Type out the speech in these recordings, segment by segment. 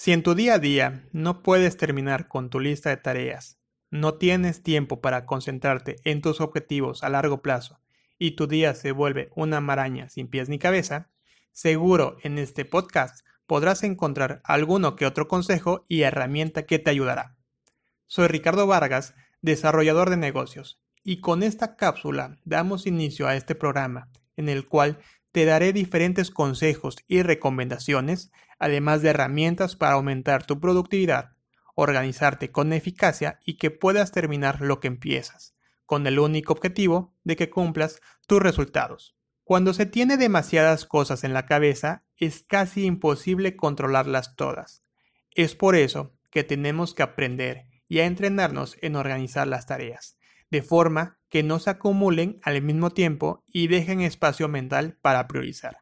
Si en tu día a día no puedes terminar con tu lista de tareas, no tienes tiempo para concentrarte en tus objetivos a largo plazo y tu día se vuelve una maraña sin pies ni cabeza, seguro en este podcast podrás encontrar alguno que otro consejo y herramienta que te ayudará. Soy Ricardo Vargas, desarrollador de negocios, y con esta cápsula damos inicio a este programa en el cual te daré diferentes consejos y recomendaciones, además de herramientas para aumentar tu productividad, organizarte con eficacia y que puedas terminar lo que empiezas, con el único objetivo de que cumplas tus resultados. Cuando se tiene demasiadas cosas en la cabeza, es casi imposible controlarlas todas. Es por eso que tenemos que aprender y a entrenarnos en organizar las tareas, de forma que no se acumulen al mismo tiempo y dejen espacio mental para priorizar.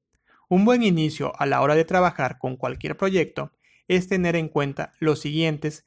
Un buen inicio a la hora de trabajar con cualquier proyecto es tener en cuenta los siguientes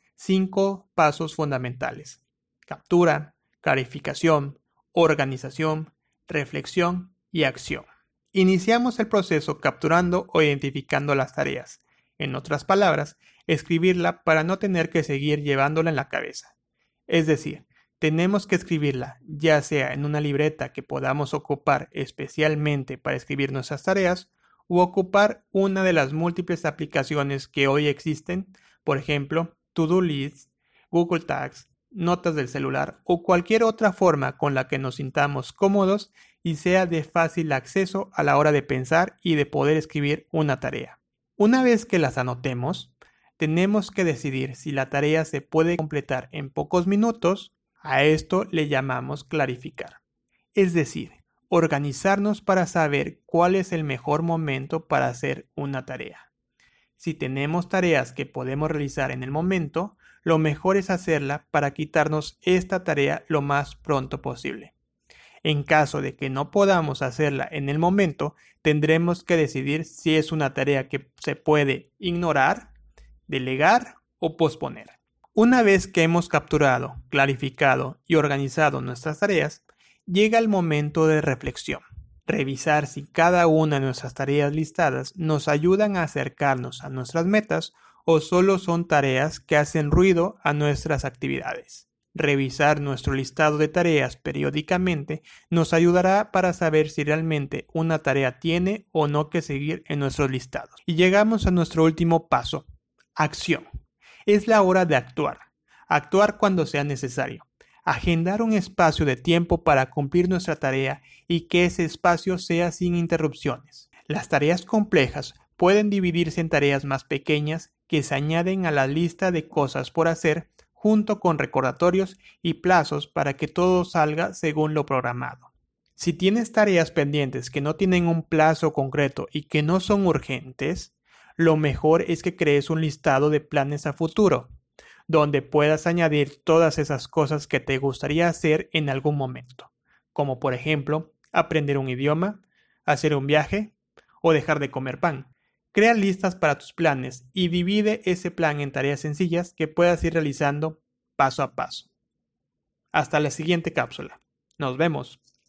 5 pasos fundamentales: captura, clarificación, organización, reflexión y acción. Iniciamos el proceso capturando o identificando las tareas. En otras palabras, escribirla para no tener que seguir llevándola en la cabeza. Es decir, tenemos que escribirla ya sea en una libreta que podamos ocupar especialmente para escribir nuestras tareas u ocupar una de las múltiples aplicaciones que hoy existen, por ejemplo, To-Do List, Google Tags, notas del celular o cualquier otra forma con la que nos sintamos cómodos y sea de fácil acceso a la hora de pensar y de poder escribir una tarea. Una vez que las anotemos, tenemos que decidir si la tarea se puede completar en pocos minutos. A esto le llamamos clarificar. Es decir, organizarnos para saber cuál es el mejor momento para hacer una tarea. Si tenemos tareas que podemos realizar en el momento, lo mejor es hacerla para quitarnos esta tarea lo más pronto posible. En caso de que no podamos hacerla en el momento, tendremos que decidir si es una tarea que se puede ignorar, delegar o posponer. Una vez que hemos capturado, clarificado y organizado nuestras tareas, llega el momento de reflexión. Revisar si cada una de nuestras tareas listadas nos ayudan a acercarnos a nuestras metas o solo son tareas que hacen ruido a nuestras actividades. Revisar nuestro listado de tareas periódicamente nos ayudará para saber si realmente una tarea tiene o no que seguir en nuestros listados. Y llegamos a nuestro último paso: acción. Es la hora de actuar. Actuar cuando sea necesario. Agendar un espacio de tiempo para cumplir nuestra tarea y que ese espacio sea sin interrupciones. Las tareas complejas pueden dividirse en tareas más pequeñas que se añaden a la lista de cosas por hacer junto con recordatorios y plazos para que todo salga según lo programado. Si tienes tareas pendientes que no tienen un plazo concreto y que no son urgentes, lo mejor es que crees un listado de planes a futuro, donde puedas añadir todas esas cosas que te gustaría hacer en algún momento, como por ejemplo, aprender un idioma, hacer un viaje o dejar de comer pan. Crea listas para tus planes y divide ese plan en tareas sencillas que puedas ir realizando paso a paso. Hasta la siguiente cápsula. Nos vemos.